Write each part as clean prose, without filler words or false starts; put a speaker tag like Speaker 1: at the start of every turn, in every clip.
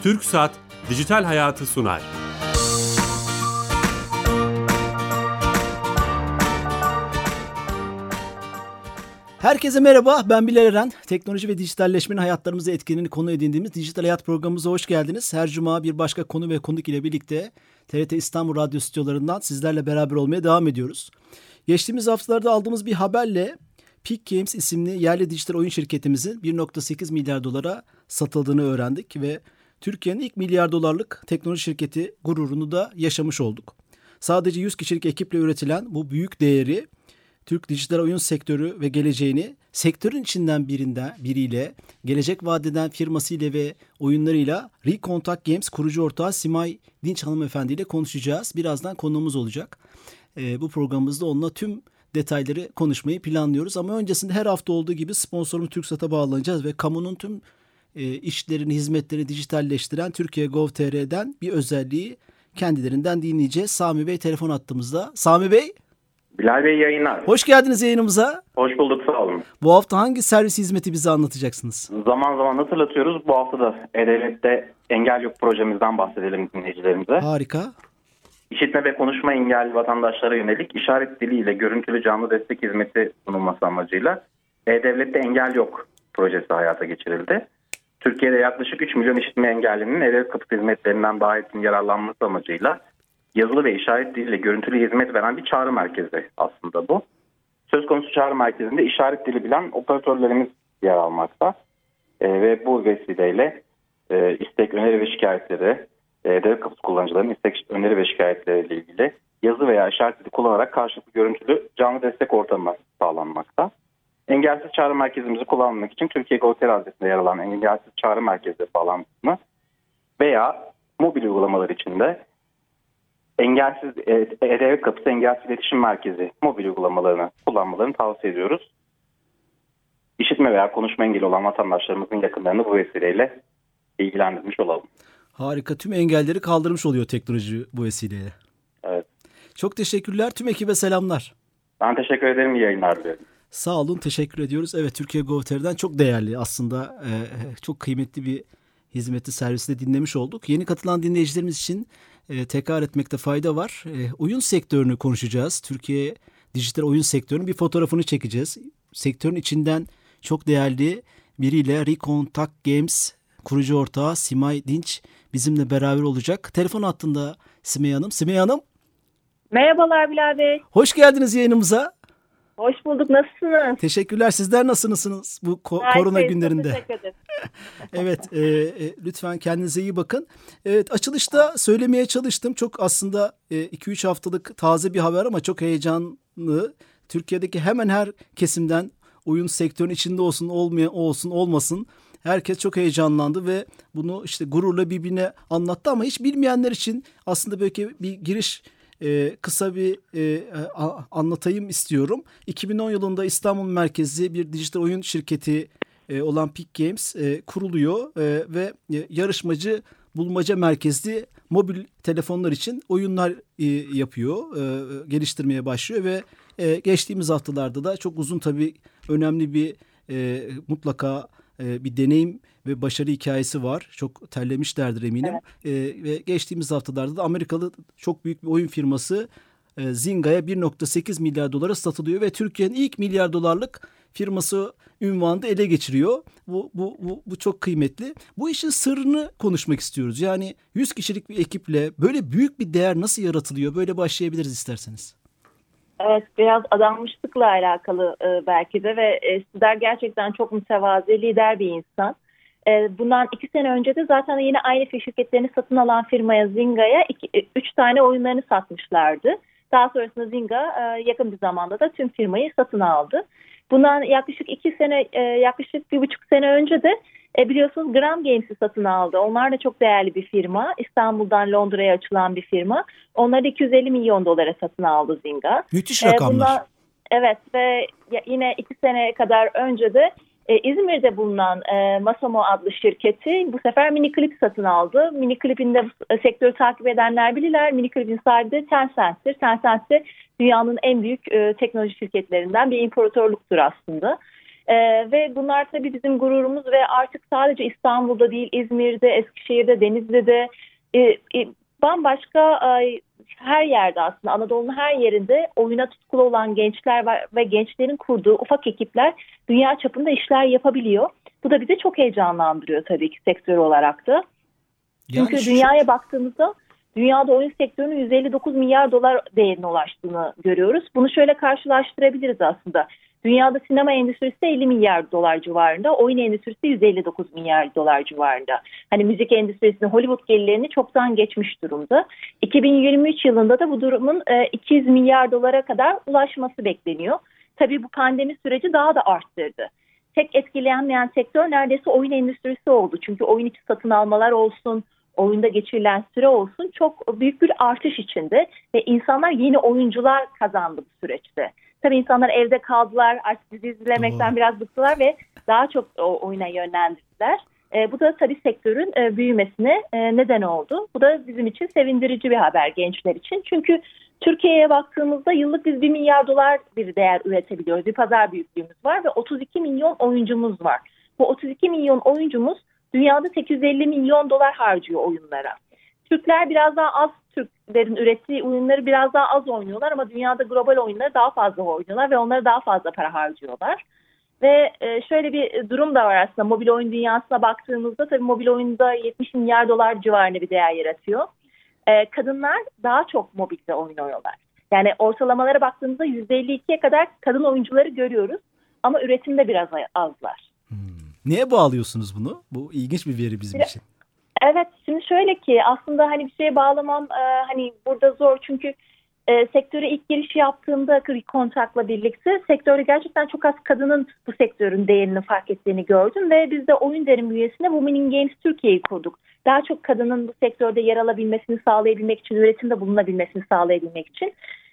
Speaker 1: TürkSat Dijital Hayatı sunar.
Speaker 2: Herkese merhaba, ben Bilal Eren. Teknoloji ve dijitalleşmenin hayatlarımızı etkilerini konu edindiğimiz Dijital Hayat programımıza hoş geldiniz. Her cuma bir başka konu ve konuk ile birlikte TRT İstanbul Radyo stüdyolarından sizlerle beraber olmaya devam ediyoruz. Geçtiğimiz haftalarda aldığımız bir haberle Peak Games isimli yerli dijital oyun şirketimizin 1.8 milyar dolara satıldığını öğrendik ve Türkiye'nin ilk milyar dolarlık teknoloji şirketi gururunu da yaşamış olduk. Sadece 100 kişilik ekiple üretilen bu büyük değeri Türk dijital oyun sektörü ve geleceğini sektörün içinden biriyle, gelecek vadeden firmasıyla ve oyunlarıyla Recontact Games kurucu ortağı Simay Dinç hanımefendi ile konuşacağız. Birazdan konuğumuz olacak. Bu programımızda onunla tüm detayları konuşmayı planlıyoruz. Ama öncesinde her hafta olduğu gibi sponsorumuz TürkSat'a bağlanacağız ve kamunun tüm işlerini, hizmetlerini dijitalleştiren Türkiye Gov.tr'den bir özelliği kendilerinden dinleyeceğiz. Sami Bey telefon attığımızda. Sami Bey.
Speaker 3: Bilal Bey yayınlar.
Speaker 2: Hoş geldiniz yayınımıza.
Speaker 3: Hoş bulduk, sağ olun.
Speaker 2: Bu hafta hangi servis hizmeti bize anlatacaksınız?
Speaker 3: Zaman zaman hatırlatıyoruz. Bu hafta da E-Devlet'te Engel Yok projemizden bahsedelim dinleyicilerimize.
Speaker 2: Harika.
Speaker 3: İşitme ve konuşma engelli vatandaşlara yönelik işaret diliyle görüntülü canlı destek hizmeti sunulması amacıyla E-Devlet'te Engel Yok projesi hayata geçirildi. Türkiye'de yaklaşık 3 milyon işitme engellinin E-Devlet kapısı hizmetlerinden daha etkin yararlanması amacıyla yazılı ve işaret diliyle görüntülü hizmet veren bir çağrı merkezi aslında bu. Söz konusu çağrı merkezinde işaret dili bilen operatörlerimiz yer almakta. Ve bu vesileyle istek, öneri ve şikayetleri, devlet kapısı kullanıcılarının istek, öneri ve şikayetleriyle ilgili yazı veya işaret dili kullanarak karşılıklı görüntülü canlı destek ortamı sağlanmakta. Engelsiz çağrı merkezimizi kullanmak için Türkiye Gov.tr adresinde yer alan engelsiz çağrı merkezi bağlantısını veya mobil uygulamalar için de engelsiz E-Devlet kapısı engelsiz iletişim merkezi mobil uygulamalarını kullanmalarını tavsiye ediyoruz. İşitme veya konuşma engeli olan vatandaşlarımızın yakınlarını bu vesileyle ilgilendirmiş olalım.
Speaker 2: Harika. Tüm engelleri kaldırmış oluyor teknoloji bu vesileyle.
Speaker 3: Evet.
Speaker 2: Çok teşekkürler. Tüm ekibe selamlar.
Speaker 3: Ben teşekkür ederim. İyi yayınlar diliyorum.
Speaker 2: Sağ olun. Teşekkür ediyoruz. Evet, Türkiye Gov.tr'den çok değerli aslında çok kıymetli bir hizmeti servisinde dinlemiş olduk. Yeni katılan dinleyicilerimiz için tekrar etmekte fayda var. Oyun sektörünü konuşacağız. Türkiye dijital oyun sektörünün bir fotoğrafını çekeceğiz. Sektörün içinden çok değerli biriyle Recontact Games kurucu ortağı Simay Dinç bizimle beraber olacak. Telefon hattında Simay Hanım. Simay Hanım.
Speaker 4: Merhabalar Bilal Bey.
Speaker 2: Hoş geldiniz yayınımıza.
Speaker 4: Hoş bulduk. Nasılsınız?
Speaker 2: Teşekkürler. Sizler nasılsınız bu korona günlerinde?
Speaker 4: Teşekkür ederim.
Speaker 2: Evet, lütfen kendinize iyi bakın. Evet, açılışta söylemeye çalıştım. Çok aslında 2-3 haftalık taze bir haber ama çok heyecanlı. Türkiye'deki hemen her kesimden oyun sektörünün içinde olmasın. Herkes çok heyecanlandı ve bunu işte gururla birbirine anlattı ama hiç bilmeyenler için aslında böyle bir giriş kısa bir anlatayım istiyorum. 2010 yılında İstanbul merkezli bir dijital oyun şirketi olan Peak Games kuruluyor ve yarışmacı bulmaca merkezli mobil telefonlar için oyunlar yapıyor, geliştirmeye başlıyor ve geçtiğimiz haftalarda da çok uzun tabii önemli bir mutlaka bir deneyim ve başarı hikayesi var. Çok terlemişlerdir eminim. Evet. Ve geçtiğimiz haftalarda da Amerikalı çok büyük bir oyun firması Zynga'ya 1.8 milyar dolara satılıyor ve Türkiye'nin ilk milyar dolarlık firması ünvanını ele geçiriyor. Bu çok kıymetli. Bu işin sırrını konuşmak istiyoruz. Yani 100 kişilik bir ekiple böyle büyük bir değer nasıl yaratılıyor? Böyle başlayabiliriz isterseniz.
Speaker 4: Evet, biraz adanmışlıkla alakalı belki de ve sizler gerçekten çok mütevazi, lider bir insan. Bundan 2 sene önce de zaten yine aynı şirketlerini satın alan firmaya Zyngga'ya 3 tane oyunlarını satmışlardı. Daha sonrasında Zynga yakın bir zamanda da tüm firmayı satın aldı. Bundan yaklaşık 1,5 sene önce de biliyorsunuz Gram Games'i satın aldı. Onlar da çok değerli bir firma. İstanbul'dan Londra'ya açılan bir firma. Onları da 250 milyon dolara satın aldı Zynga.
Speaker 2: Müthiş rakamlar.
Speaker 4: Evet ve yine 2 sene kadar önce de İzmir'de bulunan Masamo adlı şirketi bu sefer Miniclip satın aldı. Miniclip'in de sektörü takip edenler bilirler. Miniclip'in sahibi de Tencent'tir. Tencent de dünyanın en büyük teknoloji şirketlerinden bir imparatorluktur aslında. Ve bunlar tabii bizim gururumuz ve artık sadece İstanbul'da değil, İzmir'de, Eskişehir'de, Denizli'de, bambaşka her yerde, aslında Anadolu'nun her yerinde oyuna tutkulu olan gençler var ve gençlerin kurduğu ufak ekipler dünya çapında işler yapabiliyor. Bu da bizi çok heyecanlandırıyor tabii ki sektör olarak da. Çünkü dünyaya baktığımızda dünyada oyun sektörünün 159 milyar dolar değerine ulaştığını görüyoruz. Bunu şöyle karşılaştırabiliriz aslında. Dünyada sinema endüstrisi 50 milyar dolar civarında, oyun endüstrisi 159 milyar dolar civarında. Hani müzik endüstrisinin Hollywood gelirlerini çoktan geçmiş durumda. 2023 yılında da bu durumun 200 milyar dolara kadar ulaşması bekleniyor. Tabii bu pandemi süreci daha da arttırdı. Tek etkilenmeyen sektör neredeyse oyun endüstrisi oldu. Çünkü oyun içi satın almalar olsun, oyunda geçirilen süre olsun çok büyük bir artış içinde ve insanlar yeni oyuncular kazandı bu süreçte. Tabii insanlar evde kaldılar, artık dizi izlemekten biraz bıktılar ve daha çok oyuna yönlendirdiler. Bu da tabii sektörün büyümesine neden oldu. Bu da bizim için sevindirici bir haber gençler için. Çünkü Türkiye'ye baktığımızda yıllık biz 1 milyar dolar bir değer üretebiliyoruz. Bir pazar büyüklüğümüz var ve 32 milyon oyuncumuz var. Bu 32 milyon oyuncumuz dünyada 850 milyon dolar harcıyor oyunlara. Türkler biraz daha az, Türklerin ürettiği oyunları biraz daha az oynuyorlar ama dünyada global oyunları daha fazla oynuyorlar ve onlara daha fazla para harcıyorlar. Ve şöyle bir durum da var aslında, mobil oyun dünyasına baktığımızda tabii mobil oyunda 70 milyar dolar civarında bir değer yaratıyor. Kadınlar daha çok mobilde oyun oynuyorlar. Yani ortalamalara baktığımızda %52'ye kadar kadın oyuncuları görüyoruz ama üretimde biraz azlar.
Speaker 2: Neye bağlıyorsunuz bunu? Bu ilginç bir veri bizim için.
Speaker 4: Evet, şimdi şöyle ki aslında hani bir şeye bağlamam hani burada zor çünkü sektöre ilk giriş yaptığımda Kontrak'la birlikte sektörde gerçekten çok az kadının bu sektörün değerini fark ettiğini gördüm ve biz de Oyun Derim bünyesinde Women in Games Türkiye'yi kurduk. Daha çok kadının bu sektörde yer alabilmesini sağlayabilmek için, üretimde bulunabilmesini sağlayabilmek için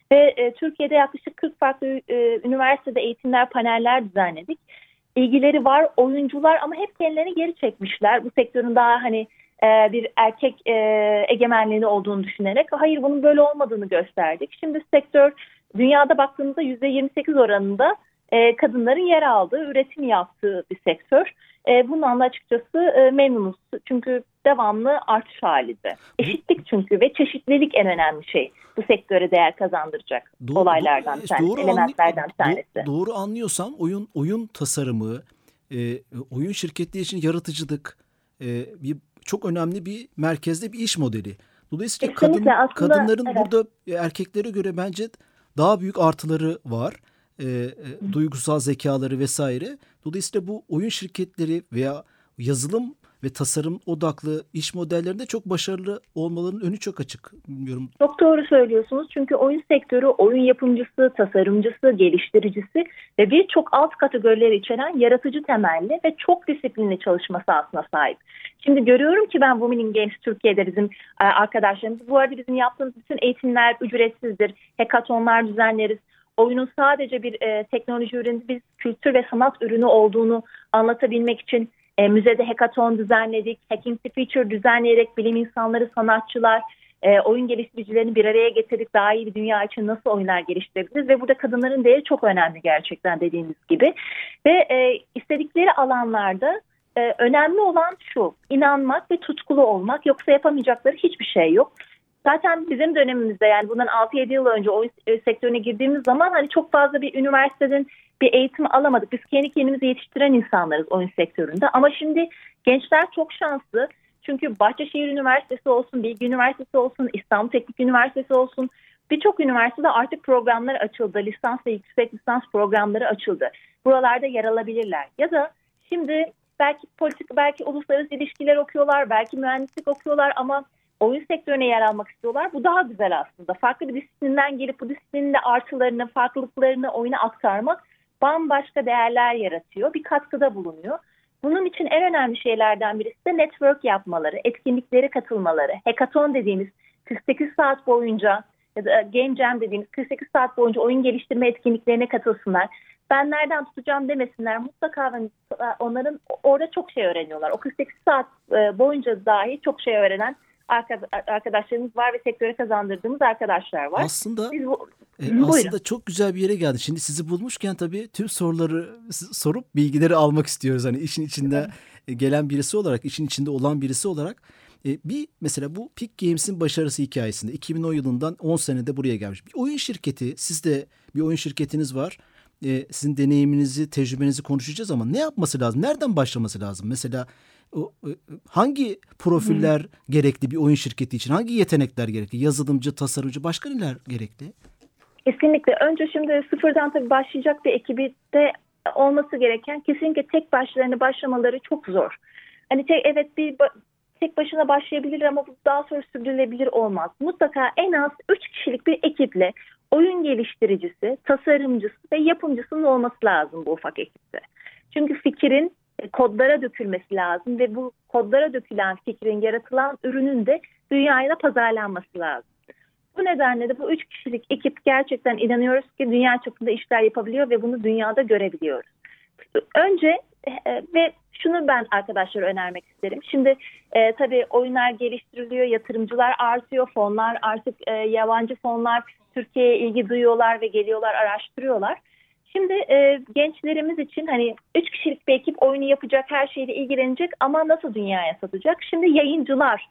Speaker 4: ve Türkiye'de yaklaşık 40 farklı üniversitede eğitimler, paneller düzenledik. İlgileri var oyuncular ama hep kendilerini geri çekmişler. Bu sektörün daha hani bir erkek egemenliği olduğunu düşünerek hayır bunun böyle olmadığını gösterdik. Şimdi sektör dünyada baktığımızda %28 oranında kadınların yer aldığı, üretim yaptığı bir sektör. Bundan da açıkçası memnunuz. Çünkü devamlı artış halinde. Eşitlik çünkü ve çeşitlilik en önemli şey. Bu sektöre değer kazandıracak olaylardan bir tanesi, elementlerden bir tanesi.
Speaker 2: Doğru anlıyorsam oyun tasarımı, oyun şirketleri için yaratıcılık çok önemli bir merkezde bir iş modeli. Dolayısıyla kadınların burada erkeklere göre bence daha büyük artıları var. Duygusal zekaları vesaire. Dolayısıyla bu oyun şirketleri veya yazılım ve tasarım odaklı iş modellerinde çok başarılı olmalarının önü çok açık. Bilmiyorum.
Speaker 4: Çok doğru söylüyorsunuz. Çünkü oyun sektörü oyun yapımcısı, tasarımcısı, geliştiricisi ve birçok alt kategorileri içeren yaratıcı temelli ve çok disiplinli çalışma sahasına sahip. Şimdi görüyorum ki ben Women in Games Türkiye'de bizim arkadaşlarımız, bu arada bizim yaptığımız bütün eğitimler ücretsizdir. Hackathonlar düzenleriz. Oyunun sadece bir teknoloji ürünü, biz kültür ve sanat ürünü olduğunu anlatabilmek için müzede hackathon düzenledik. Hacking the Future düzenleyerek bilim insanları, sanatçılar, oyun geliştiricilerini bir araya getirdik. Daha iyi bir dünya için nasıl oyunlar geliştirebiliriz? Ve burada kadınların değeri çok önemli gerçekten dediğimiz gibi. Ve istedikleri alanlarda önemli olan şu, inanmak ve tutkulu olmak. Yoksa yapamayacakları hiçbir şey yok. Zaten bizim dönemimizde yani bundan 6-7 yıl önce oyun sektörüne girdiğimiz zaman hani çok fazla bir üniversiteden bir eğitim alamadık. Biz kendi kendimizi yetiştiren insanlarız oyun sektöründe. Ama şimdi gençler çok şanslı. Çünkü Bahçeşehir Üniversitesi olsun, Bilgi Üniversitesi olsun, İstanbul Teknik Üniversitesi olsun. Birçok üniversitede artık programlar açıldı. Lisans ve yüksek lisans programları açıldı. Buralarda yer alabilirler. Ya da şimdi belki politik, belki uluslararası ilişkiler okuyorlar, belki mühendislik okuyorlar ama oyun sektörüne yer almak istiyorlar. Bu daha güzel aslında. Farklı bir disiplinden gelip bu disiplinin de artılarını, farklılıklarını oyuna aktarmak bambaşka değerler yaratıyor. Bir katkıda bulunuyor. Bunun için en önemli şeylerden birisi de network yapmaları, etkinliklere katılmaları. Hackathon dediğimiz 48 saat boyunca ya da Game Jam dediğimiz 48 saat boyunca oyun geliştirme etkinliklerine katılsınlar. Ben nereden tutacağım demesinler. Mutlaka onların orada çok şey öğreniyorlar. O 48 saat boyunca dahi çok şey öğrenen arkadaşlarımız var ve sektöre kazandırdığımız arkadaşlar var.
Speaker 2: Aslında
Speaker 4: Buyurun.
Speaker 2: çok güzel bir yere geldi. Şimdi sizi bulmuşken tabii tüm soruları sorup bilgileri almak istiyoruz. Hani işin içinde gelen birisi olarak, işin içinde olan birisi olarak. Bir mesela bu Peak Games'in başarısı hikayesinde 2010 yılından 10 senede buraya gelmiş. Bir oyun şirketi, sizde bir oyun şirketiniz var. Sizin deneyiminizi, tecrübenizi konuşacağız ama ne yapması lazım? Nereden başlaması lazım? Mesela hangi profiller gerekli bir oyun şirketi için? Hangi yetenekler gerekli? Yazılımcı, tasarımcı, başka neler gerekli?
Speaker 4: Kesinlikle. Önce şimdi sıfırdan tabii başlayacak bir ekibi de olması gereken, kesinlikle tek başlarına başlamaları çok zor. Hani tek başına başlayabilir ama bu daha sonra sürdürülebilir olmaz. Mutlaka en az 3 kişilik bir ekiple oyun geliştiricisi, tasarımcısı ve yapımcısının olması lazım bu ufak ekipte. Çünkü fikrin kodlara dökülmesi lazım ve bu kodlara dökülen fikrin, yaratılan ürünün de dünyayla pazarlanması lazım. Bu nedenle de bu 3 kişilik ekip gerçekten inanıyoruz ki dünya çapında işler yapabiliyor ve bunu dünyada görebiliyoruz. Önce ve şunu ben arkadaşlara önermek isterim. Şimdi tabii oyunlar geliştiriliyor, yatırımcılar artıyor, fonlar artık yabancı fonlar Türkiye'ye ilgi duyuyorlar ve geliyorlar, araştırıyorlar. Şimdi gençlerimiz için hani 3 kişilik bir ekip oyunu yapacak, her şeyle ilgilenecek ama nasıl dünyaya satacak? Şimdi yayıncılar,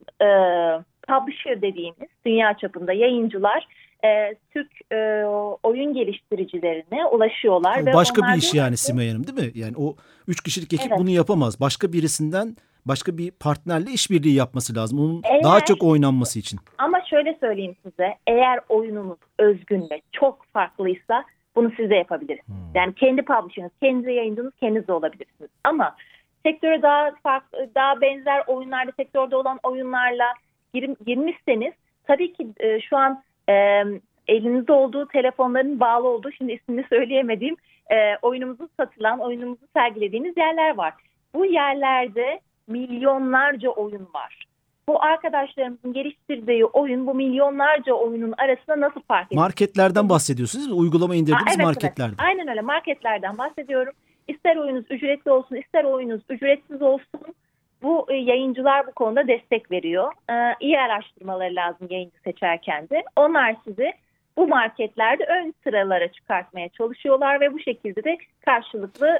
Speaker 4: publisher dediğimiz dünya çapında yayıncılar Türk oyun geliştiricilerine ulaşıyorlar.
Speaker 2: O
Speaker 4: ve
Speaker 2: başka
Speaker 4: onlar
Speaker 2: bir iş yani Simay Hanım, değil mi? Yani o 3 kişilik ekip bunu yapamaz. Başka birisinden, başka bir partnerle işbirliği yapması lazım. Onun daha çok oynanması için.
Speaker 4: Ama şöyle söyleyeyim size, eğer oyununuz özgün ve çok farklıysa bunu siz de yapabilirsiniz. Yani kendi publisher'ınız, kendi yayıncınız, kendiniz de olabilirsiniz. Ama sektöre daha farklı, daha benzer oyunlarda, sektörde olan oyunlarla girmişseniz tabii ki şu an elinizde olduğu, telefonların bağlı olduğu, şimdi ismini söyleyemediğim oyunumuzu satılan, oyunumuzu sergilediğiniz yerler var. Bu yerlerde milyonlarca oyun var. Bu arkadaşlarımızın geliştirdiği oyun bu milyonlarca oyunun arasında nasıl fark ediyor?
Speaker 2: Marketlerden bahsediyorsunuz değil mi? Uygulama indirdiğiniz marketlerden.
Speaker 4: Evet. Aynen öyle, marketlerden bahsediyorum. İster oyunuz ücretli olsun, ister oyunuz ücretsiz olsun. Bu yayıncılar bu konuda destek veriyor. İyi araştırmaları lazım yayıncı seçerken de. Onlar sizi bu marketlerde ön sıralara çıkartmaya çalışıyorlar ve bu şekilde de karşılıklı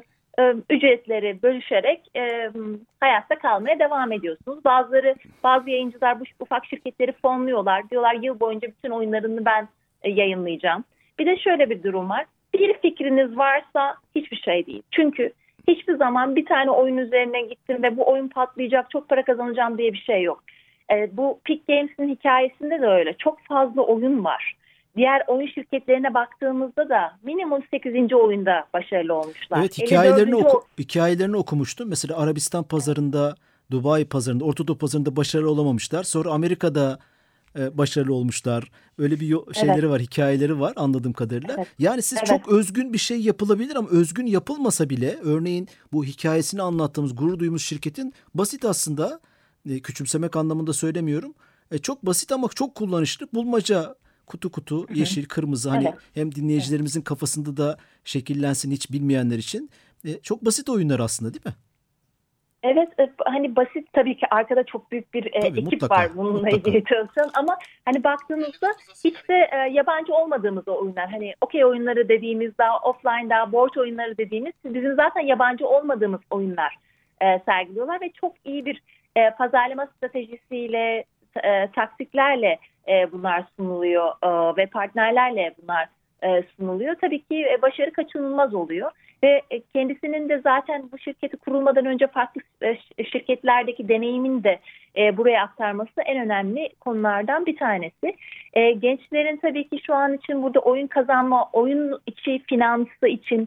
Speaker 4: ücretleri bölüşerek hayatta kalmaya devam ediyorsunuz. Bazı yayıncılar bu ufak şirketleri fonluyorlar. Diyorlar yıl boyunca bütün oyunlarını ben yayınlayacağım. Bir de şöyle bir durum var. Bir fikriniz varsa hiçbir şey değil. Çünkü hiçbir zaman bir tane oyun üzerine gittim ve bu oyun patlayacak, çok para kazanacağım diye bir şey yok. Bu Peak Games'in hikayesinde de öyle. Çok fazla oyun var. Diğer oyun şirketlerine baktığımızda da minimum 8. oyunda başarılı olmuşlar.
Speaker 2: Evet, hikayelerini okumuştum. Mesela Arabistan pazarında, Dubai pazarında, Orta Doğu pazarında başarılı olamamışlar. Sonra Amerika'da başarılı olmuşlar. Öyle bir şeyleri var, hikayeleri var anladığım kadarıyla. Evet. Yani siz çok özgün bir şey yapılabilir ama özgün yapılmasa bile örneğin bu hikayesini anlattığımız, gurur duyduğumuz şirketin basit aslında, küçümsemek anlamında söylemiyorum. Çok basit ama çok kullanışlı. Bulmaca, kutu yeşil, kırmızı, hani hem dinleyicilerimizin kafasında da şekillensin hiç bilmeyenler için. Çok basit oyunlar aslında, değil mi?
Speaker 4: Evet, hani basit, tabii ki arkada çok büyük bir ekip mutlaka, var bununla ilgili çalışan ama hani baktığınızda hiç de yabancı olmadığımız o oyunlar, hani okey oyunları dediğimiz, daha offline, daha board oyunları dediğimiz bizim zaten yabancı olmadığımız oyunlar sergiliyorlar ve çok iyi bir pazarlama stratejisiyle, taktiklerle bunlar sunuluyor ve partnerlerle bunlar sunuluyor. Tabii ki başarı kaçınılmaz oluyor ve kendisinin de zaten bu şirketi kurulmadan önce farklı şirketlerdeki deneyimini de buraya aktarması en önemli konulardan bir tanesi. Gençlerin tabii ki şu an için burada oyun kazanma, oyun içi finansı için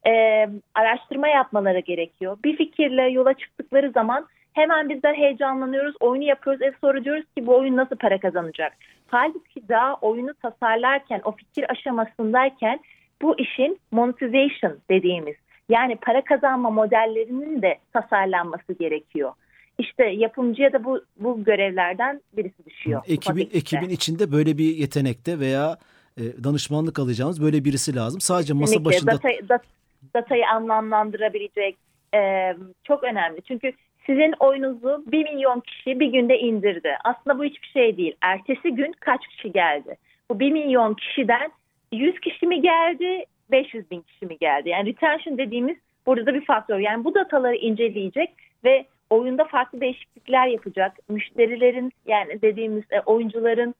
Speaker 4: araştırma yapmaları gerekiyor. Bir fikirle yola çıktıkları zaman hemen bizler heyecanlanıyoruz, oyunu yapıyoruz. Sonra diyoruz ki bu oyun nasıl para kazanacak? Halbuki daha oyunu tasarlarken, o fikir aşamasındayken bu işin monetization dediğimiz, yani para kazanma modellerinin de tasarlanması gerekiyor. İşte yapımcıya da bu görevlerden birisi düşüyor.
Speaker 2: Ekibin içinde böyle bir yetenekte veya danışmanlık alacağımız böyle birisi lazım. Sadece masa
Speaker 4: kesinlikle
Speaker 2: başında...
Speaker 4: Datayı anlamlandırabilecek çok önemli. Çünkü sizin oyunuzu 1 milyon kişi bir günde indirdi. Aslında bu hiçbir şey değil. Ertesi gün kaç kişi geldi? Bu 1 milyon kişiden 100 kişi mi geldi, 500 bin kişi mi geldi? Yani retention dediğimiz burada da bir faktör. Yani bu dataları inceleyecek ve oyunda farklı değişiklikler yapacak. Müşterilerin, yani dediğimiz oyuncuların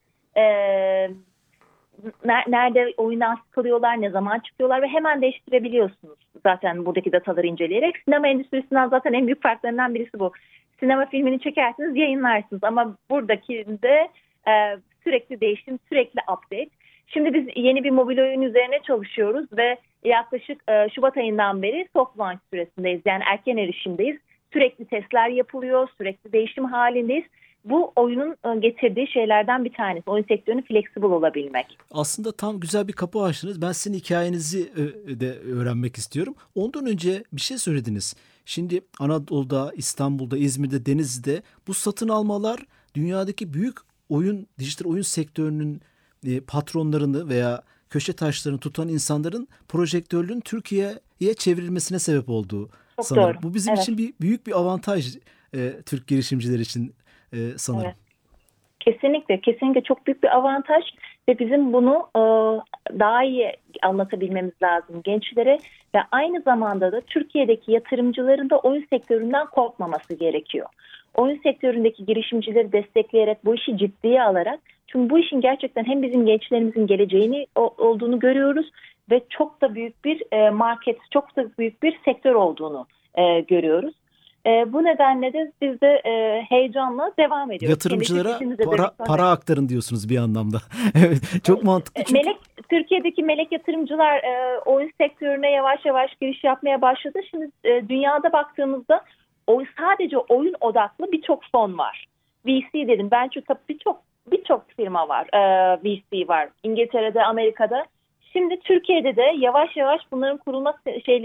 Speaker 4: nerede oyundan sıkılıyorlar, ne zaman çıkıyorlar ve hemen değiştirebiliyorsunuz zaten buradaki dataları inceleyerek. Sinema endüstrisinden zaten en büyük farklarından birisi bu. Sinema filmini çekersiniz, yayınlarsınız ama buradakinde sürekli değişim, sürekli update. Şimdi biz yeni bir mobil oyun üzerine çalışıyoruz ve yaklaşık Şubat ayından beri soft launch süresindeyiz. Yani erken erişimdeyiz. Sürekli testler yapılıyor, sürekli değişim halindeyiz. Bu oyunun getirdiği şeylerden bir tanesi. Oyun sektörünün flexible olabilmek.
Speaker 2: Aslında tam güzel bir kapı açtınız. Ben sizin hikayenizi de öğrenmek istiyorum. Ondan önce bir şey söylediniz. Şimdi Anadolu'da, İstanbul'da, İzmir'de, Denizli'de bu satın almalar dünyadaki büyük dijital oyun sektörünün patronlarını veya köşe taşlarını tutan insanların projektörlüğün Türkiye'ye çevrilmesine sebep olduğu sanırım.
Speaker 4: Doğru.
Speaker 2: Bu bizim için büyük bir avantaj Türk girişimciler için sanırım.
Speaker 4: Evet. Kesinlikle çok büyük bir avantaj ve bizim bunu daha iyi anlatabilmemiz lazım gençlere ve aynı zamanda da Türkiye'deki yatırımcıların da oyun sektöründen korkmaması gerekiyor. Oyun sektöründeki girişimcileri destekleyerek, bu işi ciddiye alarak, çünkü bu işin gerçekten hem bizim gençlerimizin geleceğini olduğunu görüyoruz ve çok da büyük bir market, çok da büyük bir sektör olduğunu görüyoruz. Bu nedenle de biz de heyecanla devam ediyoruz.
Speaker 2: Yatırımcılara para aktarın diyorsunuz bir anlamda. Evet, çok mantıklı. Çünkü...
Speaker 4: Türkiye'deki melek yatırımcılar oyun sektörüne yavaş yavaş giriş yapmaya başladı. Şimdi dünyada baktığımızda sadece oyun odaklı birçok fon var. VC dedim. Ben çünkü birçok firma var. VC var. İngiltere'de, Amerika'da. Şimdi Türkiye'de de yavaş yavaş bunların kurulma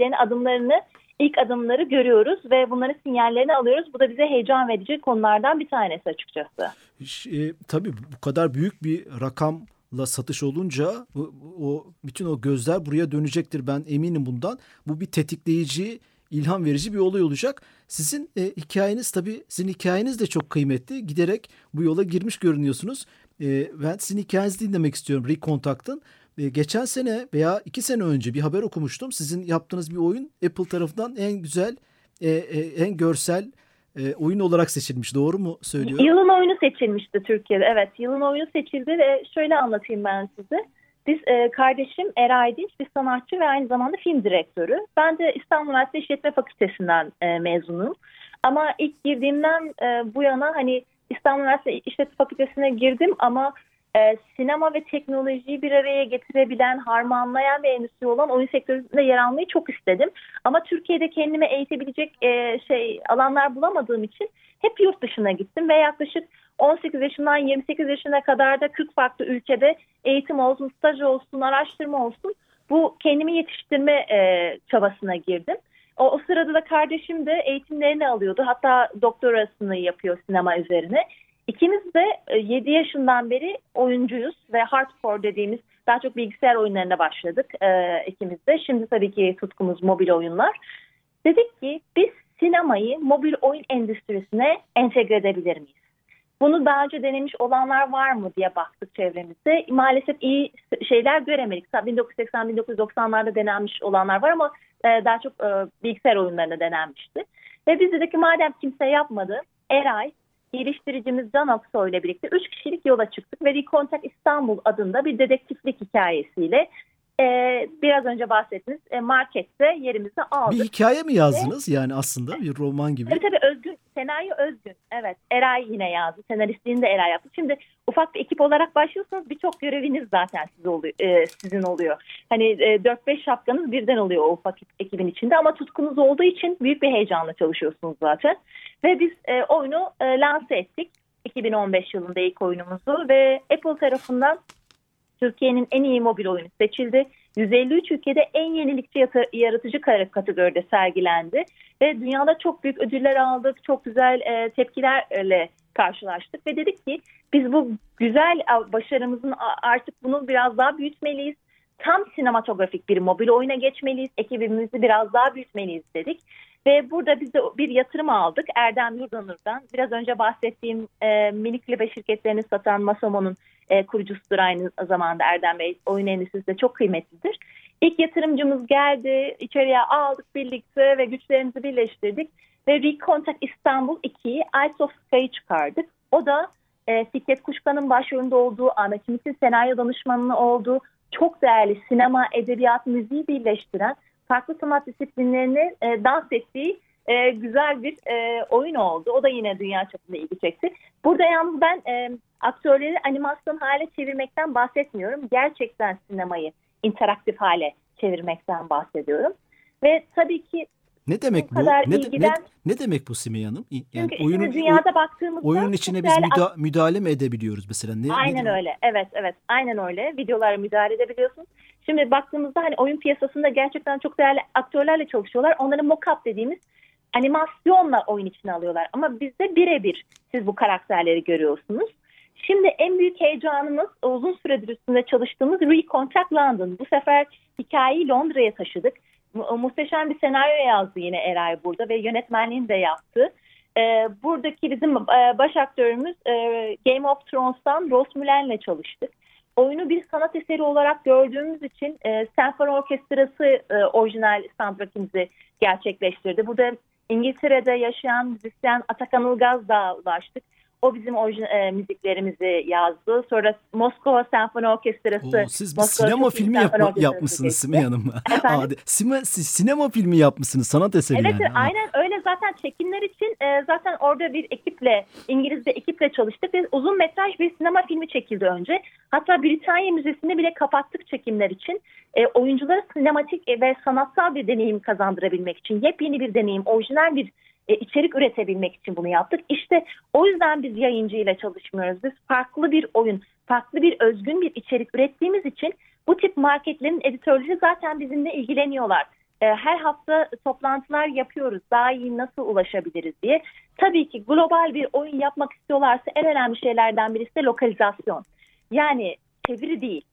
Speaker 4: ilk adımları görüyoruz ve bunların sinyallerini alıyoruz. Bu da bize heyecan verici konulardan bir tanesi açıkçası.
Speaker 2: Tabii bu kadar büyük bir rakamla satış olunca bütün o gözler buraya dönecektir. Ben eminim bundan. Bu bir tetikleyici, ilham verici bir olay olacak. Sizin hikayeniz de çok kıymetli. Giderek bu yola girmiş görünüyorsunuz. Ben sizin hikayenizi dinlemek istiyorum Recontact'ın. Geçen sene veya 2 sene önce bir haber okumuştum. Sizin yaptığınız bir oyun Apple tarafından en güzel, en görsel oyun olarak seçilmiş. Doğru mu söylüyorum?
Speaker 4: Yılın oyunu seçilmişti Türkiye'de. Evet, yılın oyunu seçildi ve şöyle anlatayım ben size. Biz kardeşim Eray Dinç bir sanatçı ve aynı zamanda film direktörü. Ben de İstanbul Üniversitesi İşletme Fakültesinden mezunum. Ama ilk girdiğimden bu yana İstanbul Üniversitesi İşletme Fakültesine girdim ama sinema ve teknolojiyi bir araya getirebilen, harmanlayan bir endüstri olan oyun sektöründe yer almayı çok istedim. Ama Türkiye'de kendime eğitebilecek alanlar bulamadığım için hep yurt dışına gittim ve yaklaşık 18 yaşından 28 yaşına kadar da 40 farklı ülkede eğitim olsun, staj olsun, araştırma olsun bu kendimi yetiştirme çabasına girdim. O sırada da kardeşim de eğitimlerini alıyordu. Hatta doktorasını yapıyor sinema üzerine. İkimiz de 7 yaşından beri oyuncuyuz ve hardcore dediğimiz daha çok bilgisayar oyunlarına başladık ikimiz de. Şimdi tabii ki tutkumuz mobil oyunlar. Dedik ki biz sinemayı mobil oyun endüstrisine entegre edebilir miyiz? Bunu daha önce denemiş olanlar var mı diye baktık çevremizde. Maalesef iyi şeyler göremedik. 1980-1990'larda denenmiş olanlar var ama daha çok bilgisayar oyunlarında denenmişti. Ve biz dedik ki madem kimse yapmadı, Eray, geliştiricimiz Can Aksoy ile birlikte 3 kişilik yola çıktık ve Recontact İstanbul adında bir dedektiflik hikayesiyle biraz önce bahsettiğiniz markette yerimizi aldık.
Speaker 2: Bir hikaye mi yazdınız? Yani aslında bir roman gibi.
Speaker 4: Tabii özgün. Senaryo özgün. Evet. Eray yine yazdı. Senaristliğini de Eray yaptı. Şimdi ufak bir ekip olarak başlıyorsanız birçok göreviniz zaten sizin oluyor. 4-5 şapkanız birden oluyor o ufak ekibin içinde ama tutkunuz olduğu için büyük bir heyecanla çalışıyorsunuz zaten. Ve biz oyunu lanse ettik. 2015 yılında ilk oyunumuzu ve Apple tarafından Türkiye'nin en iyi mobil oyunu seçildi. 153 ülkede en yenilikçi yaratıcı kategoride sergilendi. Ve dünyada çok büyük ödüller aldık. Çok güzel tepkilerle karşılaştık. Ve dedik ki biz bu güzel başarımızın artık bunu biraz daha büyütmeliyiz. Tam sinematografik bir mobil oyuna geçmeliyiz. Ekibimizi biraz daha büyütmeliyiz dedik. Ve burada biz de bir yatırım aldık Erdem Yurdanur'dan. Biraz önce bahsettiğim minik lebe şirketlerini satan Masomo'nun kurucusudur aynı zamanda Erdem Bey. Oyun endüstrisinde çok kıymetlidir. İlk yatırımcımız geldi, içeriye aldık birlikte ve güçlerimizi birleştirdik. Ve Recontact İstanbul 2'yi Eyes of Sky'ı çıkardık. O da Fikret Kuşkan'ın başrolünde olduğu, Ahmet Ümit'in senaryo danışmanının olduğu, çok değerli sinema, edebiyat, müziği birleştiren, farklı sanat disiplinlerini dans ettiği güzel bir oyun oldu. O da yine dünya çapında ilgi çekti. Burada yalnız ben aktörleri animasyon hale çevirmekten bahsetmiyorum. Gerçekten sinemayı interaktif hale çevirmekten bahsediyorum. Ve tabii ki
Speaker 2: ne demek bu? Ne demek bu Simay Hanım? Yani
Speaker 4: çünkü dünyada baktığımızda
Speaker 2: oyunun içine biz müdahale mi edebiliyoruz mesela?
Speaker 4: Aynen öyle. Evet. Aynen öyle. Videolara müdahale edebiliyorsunuz. Şimdi baktığımızda hani oyun piyasasında gerçekten çok değerli aktörlerle çalışıyorlar. Onların mock-up dediğimiz animasyonla oyun içine alıyorlar. Ama bizde birebir siz bu karakterleri görüyorsunuz. Şimdi en büyük heyecanımız uzun süredir üstünde çalıştığımız Recontact London. Bu sefer hikayeyi Londra'ya taşıdık. Muhteşem bir senaryo yazdı yine Eray burada ve yönetmenliğini de yaptı. Buradaki bizim baş aktörümüz Game of Thrones'tan Rose Mullen'le çalıştık. Oyunu bir sanat eseri olarak gördüğümüz için Senfoni Orkestrası orijinal soundtrack'imizi gerçekleştirdi. Burada İngiltere'de yaşayan müzisyen Atakan Ilgaz'la ulaştık. O bizim müziklerimizi yazdı. Sonra Moskova Senfoni Orkestrası.
Speaker 2: Siz bir sinema filmi yapmışsınız Simay Hanım. Sinema filmi yapmışsınız, sanat eseri
Speaker 4: evet,
Speaker 2: yani.
Speaker 4: Evet, aynen öyle. Zaten çekimler için zaten orada bir ekiple, İngiliz bir ekiple çalıştık. Ve uzun metraj bir sinema filmi çekildi önce. Hatta Britanya Müzesi'ni bile kapattık çekimler için. Oyunculara sinematik ve sanatsal bir deneyim kazandırabilmek için, yepyeni bir deneyim, orijinal bir içerik üretebilmek için bunu yaptık. İşte o yüzden biz yayıncıyla çalışmıyoruz. Biz farklı bir oyun, farklı bir özgün bir içerik ürettiğimiz için bu tip marketlerin editörleri zaten bizimle ilgileniyorlar. Her hafta toplantılar yapıyoruz. Daha iyi nasıl ulaşabiliriz diye. Tabii ki global bir oyun yapmak istiyorlarsa en önemli şeylerden birisi de lokalizasyon. Yani çeviri değil.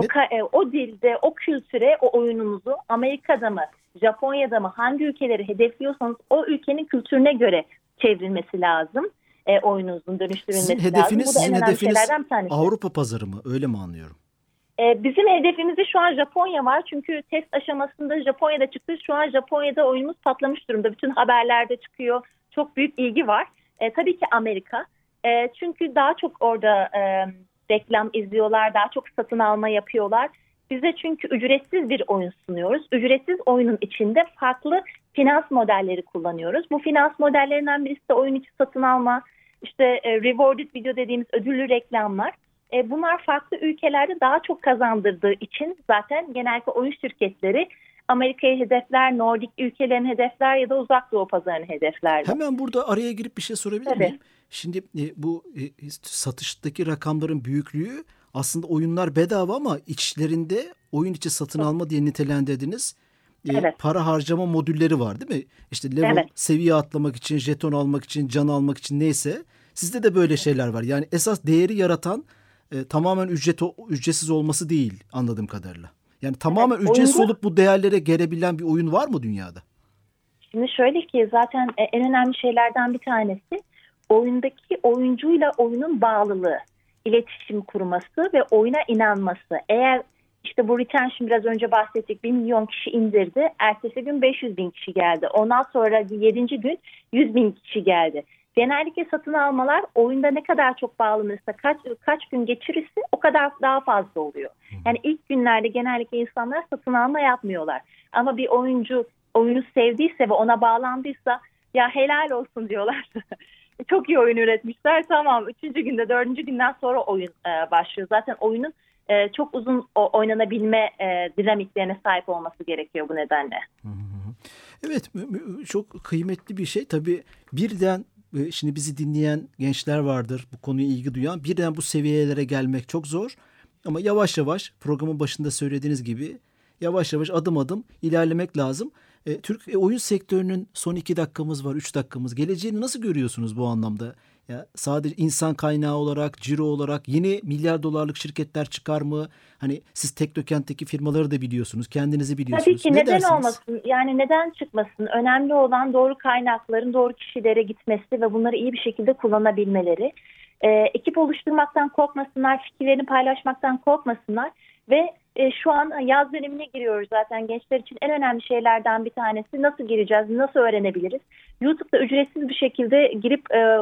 Speaker 4: O dilde, o kültüre, o oyununuzu Amerika'da mı, Japonya'da mı, hangi ülkeleri hedefliyorsanız o ülkenin kültürüne göre çevrilmesi lazım. Oyununuzun dönüştürülmesi lazım.
Speaker 2: Sizin hedefiniz Avrupa pazarı mı? Öyle mi anlıyorum?
Speaker 4: Bizim hedefimizde şu an Japonya var. Çünkü test aşamasında Japonya'da çıktı. Şu an Japonya'da oyunumuz patlamış durumda. Bütün haberlerde çıkıyor. Çok büyük ilgi var. Tabii ki Amerika. Çünkü daha çok orada reklam izliyorlar. Daha çok satın alma yapıyorlar. Bize çünkü ücretsiz bir oyun sunuyoruz. Ücretsiz oyunun içinde farklı finans modelleri kullanıyoruz. Bu finans modellerinden birisi de oyun içi satın alma, işte rewarded video dediğimiz ödüllü reklamlar. Bunlar farklı ülkelerde daha çok kazandırdığı için zaten genellikle oyun şirketleri Amerika'yı hedefler, Nordik ülkelerini hedefler ya da Uzak Doğu pazarını hedefler.
Speaker 2: Hemen burada araya girip bir şey sorabilir miyim? Şimdi bu satıştaki rakamların büyüklüğü, aslında oyunlar bedava ama içlerinde oyun içi satın alma diye nitelendirdiniz. Para harcama modülleri var değil mi? İşte level, seviye atlamak için, jeton almak için, can almak için neyse. Sizde de böyle şeyler var. Yani esas değeri yaratan tamamen ücretsiz olması değil anladığım kadarıyla. Yani tamamen ücretsiz olup bu değerlere gelebilen bir oyun var mı dünyada?
Speaker 4: Şimdi şöyle ki zaten en önemli şeylerden bir tanesi oyundaki oyuncuyla oyunun bağlılığı, iletişim kurması ve oyuna inanması. Eğer işte bu retention biraz önce bahsettik, 1 milyon kişi indirdi. Ertesi gün 500 bin kişi geldi. Ondan sonra 7. gün 100 bin kişi geldi. Genellikle satın almalar oyunda ne kadar çok bağlanırsa, kaç gün geçirirse o kadar daha fazla oluyor. Yani ilk günlerde genellikle insanlar satın alma yapmıyorlar. Ama bir oyuncu oyunu sevdiyse ve ona bağlandıysa ya helal olsun diyorlar. Çok iyi oyun üretmişler. Tamam 3. günde 4. günden sonra oyun başlıyor. Zaten oyunun çok uzun oynanabilme dinamiklerine sahip olması gerekiyor bu nedenle.
Speaker 2: Evet, çok kıymetli bir şey. Tabii birden şimdi bizi dinleyen gençler vardır, bu konuya ilgi duyan. Birden bu seviyelere gelmek çok zor. Ama yavaş yavaş programın başında söylediğiniz gibi yavaş yavaş adım adım ilerlemek lazım. Türk oyun sektörünün son 2 dakikamız var, 3 dakikamız. Geleceğini nasıl görüyorsunuz bu anlamda? Ya sadece insan kaynağı olarak, ciro olarak yeni milyar dolarlık şirketler çıkar mı? Hani siz Teknokent'teki firmaları da biliyorsunuz, kendinizi biliyorsunuz.
Speaker 4: Tabii ki, neden
Speaker 2: dersiniz?
Speaker 4: olmasın? Yani neden çıkmasın? Önemli olan doğru kaynakların doğru kişilere gitmesi ve bunları iyi bir şekilde kullanabilmeleri. Ekip oluşturmaktan korkmasınlar, fikirlerini paylaşmaktan korkmasınlar ve şu an yaz dönemine giriyoruz zaten. Gençler için en önemli şeylerden bir tanesi nasıl gireceğiz, nasıl öğrenebiliriz? YouTube'da ücretsiz bir şekilde girip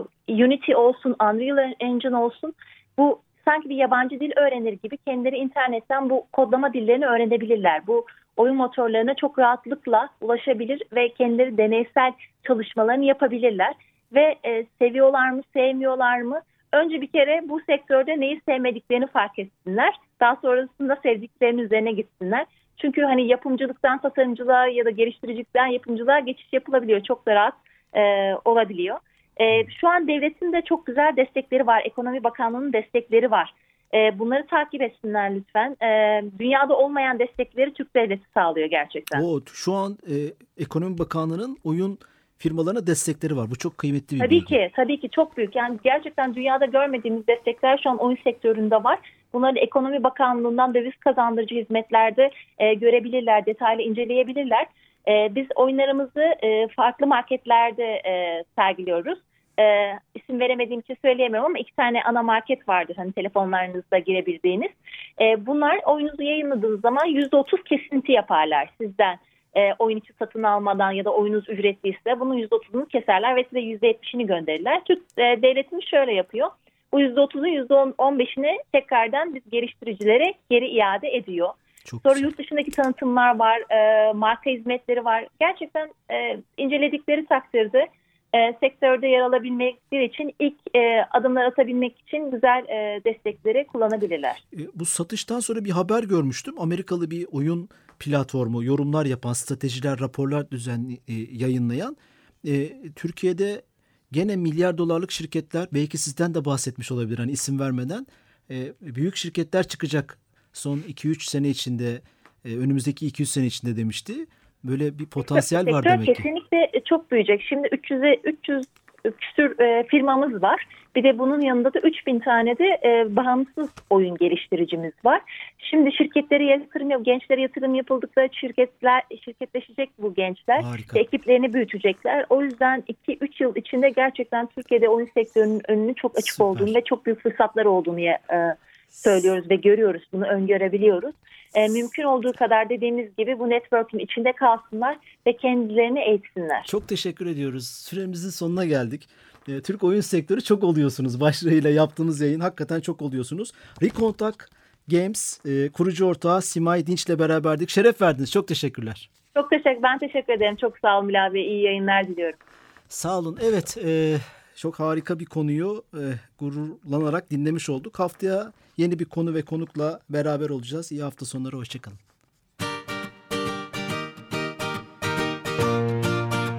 Speaker 4: Unity olsun, Unreal Engine olsun, bu sanki bir yabancı dil öğrenir gibi kendileri internetten bu kodlama dillerini öğrenebilirler. Bu oyun motorlarına çok rahatlıkla ulaşabilir ve kendileri deneysel çalışmalarını yapabilirler. Ve seviyorlar mı, sevmiyorlar mı? Önce bir kere bu sektörde neyi sevmediklerini fark etsinler. Daha sonrasında sevdiklerinin üzerine gitsinler. Çünkü hani yapımcılıktan tasarımcılığa ya da geliştiricilikten yapımcılığa geçiş yapılabiliyor. Çok da rahat olabiliyor. Şu an devletin de çok güzel destekleri var. Ekonomi Bakanlığı'nın destekleri var. Bunları takip etsinler lütfen. Dünyada olmayan destekleri Türk devleti sağlıyor gerçekten.
Speaker 2: Şu an Ekonomi Bakanlığı'nın oyun firmalarına destekleri var. Bu çok kıymetli bir
Speaker 4: bilgi. Tabii ki çok büyük. Yani gerçekten dünyada görmediğimiz destekler şu an oyun sektöründe var. Bunları Ekonomi Bakanlığı'ndan döviz kazandırıcı hizmetlerde görebilirler, detaylı inceleyebilirler. Biz oyunlarımızı farklı marketlerde sergiliyoruz. İsim veremediğim için söyleyemiyorum ama 2 tane ana market vardır. Hani telefonlarınızda girebildiğiniz. Bunlar oyununuzu yayınladığınız zaman %30 kesinti yaparlar sizden. Oyun içi satın almadan ya da oyunuz ücretliyse bunun %30'unu keserler ve size %70'ini gönderirler. Türk devletimiz şöyle yapıyor. Bu %30'un %15'ini tekrardan biz geliştiricilere geri iade ediyor. Sonra yurt dışındaki tanıtımlar var, marka hizmetleri var. Gerçekten inceledikleri takdirde sektörde yer alabilmekleri için ilk adımlar atabilmek için güzel destekleri kullanabilirler.
Speaker 2: Bu satıştan sonra bir haber görmüştüm. Amerikalı bir oyun platformu, yorumlar yapan, stratejiler, raporlar yayınlayan Türkiye'de gene milyar dolarlık şirketler, belki sizden de bahsetmiş olabilir hani isim vermeden, büyük şirketler çıkacak son 2-3 sene içinde, önümüzdeki 200 sene içinde demişti. Böyle bir potansiyel var demek ki.
Speaker 4: Kesinlikle çok büyüyecek. Şimdi 300 küsur firmamız var. Bir de bunun yanında da 3000 tane de bağımsız oyun geliştiricimiz var. Şimdi gençlere yatırım yapıldıkları şirketleşecek bu gençler.
Speaker 2: Harika.
Speaker 4: Ekiplerini büyütecekler. O yüzden 2-3 yıl içinde gerçekten Türkiye'de oyun sektörünün önünün çok açık olduğunu ve çok büyük fırsatlar olduğunu söylüyoruz ve görüyoruz. Bunu öngörebiliyoruz. Mümkün olduğu kadar dediğimiz gibi bu network'ün içinde kalsınlar ve kendilerini eğitsinler.
Speaker 2: Çok teşekkür ediyoruz. Süremizin sonuna geldik. Türk oyun sektörü çok oluyorsunuz. Başlığıyla yaptığınız yayın hakikaten çok oluyorsunuz. Recontact Games kurucu ortağı Simay Dinç'le beraberdik. Şeref verdiniz. Çok teşekkürler.
Speaker 4: Ben teşekkür ederim. Çok sağ olun Bilal Bey. İyi yayınlar diliyorum.
Speaker 2: Sağ olun. Evet. Çok harika bir konuyu gururlanarak dinlemiş olduk. Haftaya yeni bir konu ve konukla beraber olacağız. İyi hafta sonları. Hoşçakalın.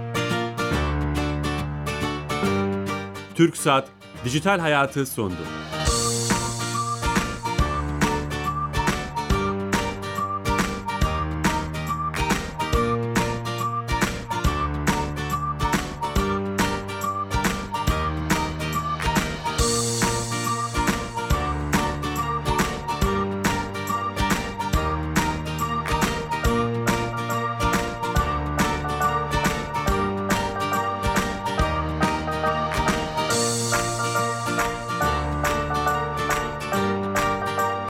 Speaker 1: TürkSat Dijital Hayatı sondu.